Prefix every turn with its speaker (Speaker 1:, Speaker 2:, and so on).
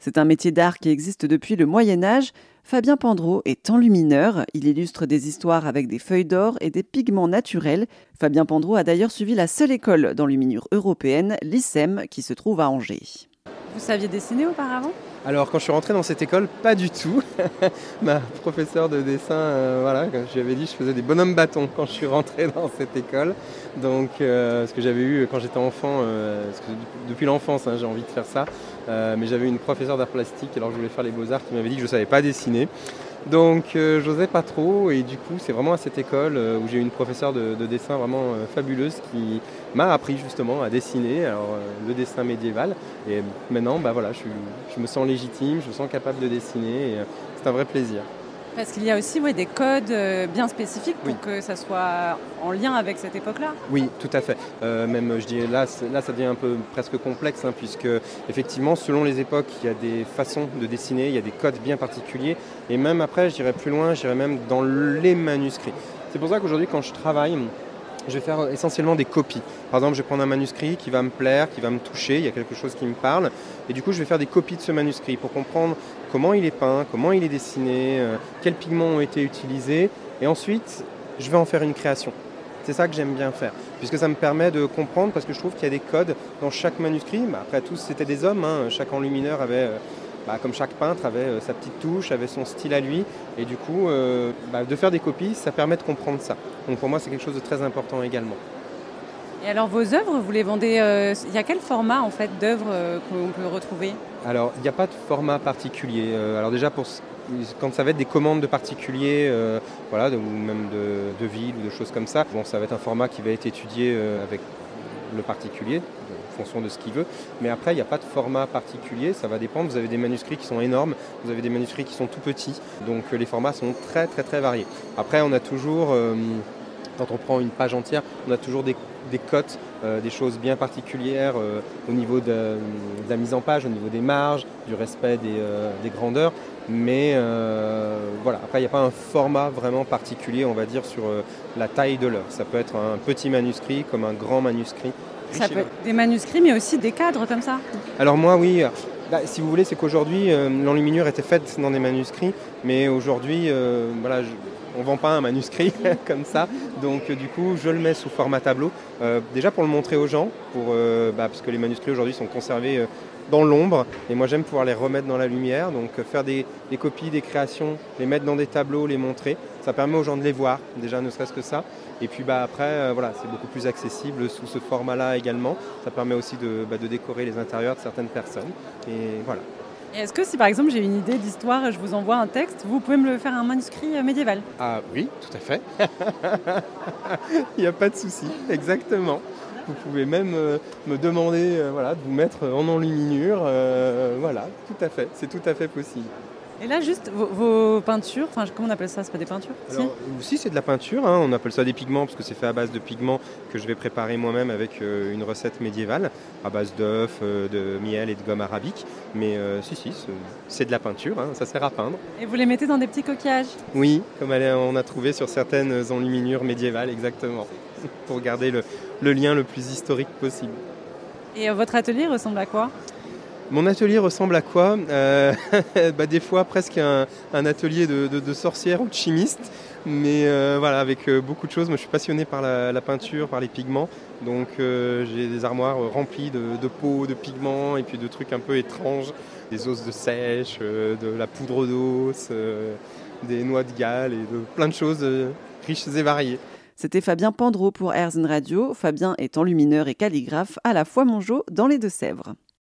Speaker 1: C'est un métier d'art qui existe depuis le Moyen-Âge. Fabien Pandreau est enlumineur. Il illustre des histoires avec des feuilles d'or et des pigments naturels. Fabien Pandreau a d'ailleurs suivi la seule école d'enluminure européenne, l'ICEM, qui se trouve à Angers. Vous saviez dessiner auparavant ?
Speaker 2: Alors quand je suis rentré dans cette école, pas du tout. Ma professeure de dessin, comme je lui avais dit, je faisais des bonhommes bâtons quand je suis rentré dans cette école. Donc ce que j'avais eu quand j'étais enfant, parce que depuis l'enfance j'ai envie de faire ça. Mais j'avais une professeure d'art plastique alors que je voulais faire les beaux-arts qui m'avait dit que je ne savais pas dessiner. Donc j'osais pas trop et du coup c'est vraiment à cette école où j'ai eu une professeure de dessin vraiment fabuleuse qui m'a appris justement à dessiner le dessin médiéval et maintenant je me sens légitime, je me sens capable de dessiner et c'est un vrai plaisir.
Speaker 1: Parce qu'il y a aussi des codes bien spécifiques pour que ça soit en lien avec cette époque-là.
Speaker 2: Oui, tout à fait. Même, je dirais, là, ça devient un peu presque complexe, puisque effectivement, selon les époques, il y a des façons de dessiner, il y a des codes bien particuliers. Et même après, je dirais plus loin, je dirais même dans les manuscrits. C'est pour ça qu'aujourd'hui, quand je travaille, je vais faire essentiellement des copies. Par exemple, je vais prendre un manuscrit qui va me plaire, qui va me toucher, il y a quelque chose qui me parle. Et du coup, je vais faire des copies de ce manuscrit pour comprendre comment il est peint, comment il est dessiné, quels pigments ont été utilisés. Et ensuite, je vais en faire une création. C'est ça que j'aime bien faire, puisque ça me permet de comprendre, parce que je trouve qu'il y a des codes dans chaque manuscrit. Après, tous, c'était des hommes. Chaque enlumineur avait... comme chaque peintre avait sa petite touche, avait son style à lui. Et du coup, de faire des copies, ça permet de comprendre ça. Donc pour moi, c'est quelque chose de très important également.
Speaker 1: Et alors vos œuvres, vous les vendez, il y a quel format en fait d'œuvres qu'on peut retrouver ? Alors,
Speaker 2: il n'y a pas de format particulier. Alors déjà, quand ça va être des commandes de particuliers, ou même de villes ou de choses comme ça, ça va être un format qui va être étudié avec le particulier, en fonction de ce qu'il veut. Mais après, il n'y a pas de format particulier, ça va dépendre. Vous avez des manuscrits qui sont énormes, vous avez des manuscrits qui sont tout petits. Donc les formats sont très très très variés. Après, on a toujours, quand on prend une page entière, on a toujours des cotes, des choses bien particulières au niveau de la mise en page, au niveau des marges, du respect des grandeurs. Mais après, il n'y a pas un format vraiment particulier, on va dire, sur la taille de l'œuvre. Ça peut être un petit manuscrit comme un grand manuscrit.
Speaker 1: Ça peut être des manuscrits, mais aussi des cadres comme ça ?
Speaker 2: Alors moi, oui. Si vous voulez, c'est qu'aujourd'hui, l'enluminure était faite dans des manuscrits, mais aujourd'hui, on ne vend pas un manuscrit comme ça. Donc du coup, je le mets sous format tableau, déjà pour le montrer aux gens, parce que les manuscrits aujourd'hui sont conservés dans l'ombre, et moi j'aime pouvoir les remettre dans la lumière, donc faire des copies, des créations, les mettre dans des tableaux, les montrer. Ça permet aux gens de les voir, déjà ne serait-ce que ça. Et puis après, c'est beaucoup plus accessible sous ce format-là également. Ça permet aussi de décorer les intérieurs de certaines personnes. Et voilà.
Speaker 1: Et est-ce que si par exemple j'ai une idée d'histoire et je vous envoie un texte, vous pouvez me le faire un manuscrit médiéval ?
Speaker 2: Ah oui, tout à fait. Il n'y a pas de souci, exactement. Vous pouvez même me demander de vous mettre en enluminure. Tout à fait, c'est tout à fait possible.
Speaker 1: Et là, juste vos peintures, comment on appelle ça ? C'est pas des peintures ?
Speaker 2: Alors, si, c'est de la peinture, on appelle ça des pigments parce que c'est fait à base de pigments que je vais préparer moi-même avec une recette médiévale à base d'œufs, de miel et de gomme arabique. Mais c'est de la peinture, ça sert à peindre.
Speaker 1: Et vous les mettez dans des petits coquillages ?
Speaker 2: Oui, comme on a trouvé sur certaines enluminures médiévales, exactement, pour garder le lien le plus historique possible.
Speaker 1: Et votre atelier ressemble à quoi ?
Speaker 2: Mon atelier ressemble à quoi ? Des fois presque un atelier de sorcière ou de chimiste, mais avec beaucoup de choses. Moi je suis passionné par la peinture, par les pigments, donc j'ai des armoires remplies de pots, de pigments et puis de trucs un peu étranges, des osses de sèche, de la poudre d'os, des noix de Galles et de plein de choses riches et variées.
Speaker 1: C'était Fabien Pandreau pour RZN Radio. Fabien est enlumineur et calligraphe à la Foi Mongeau dans les Deux-Sèvres.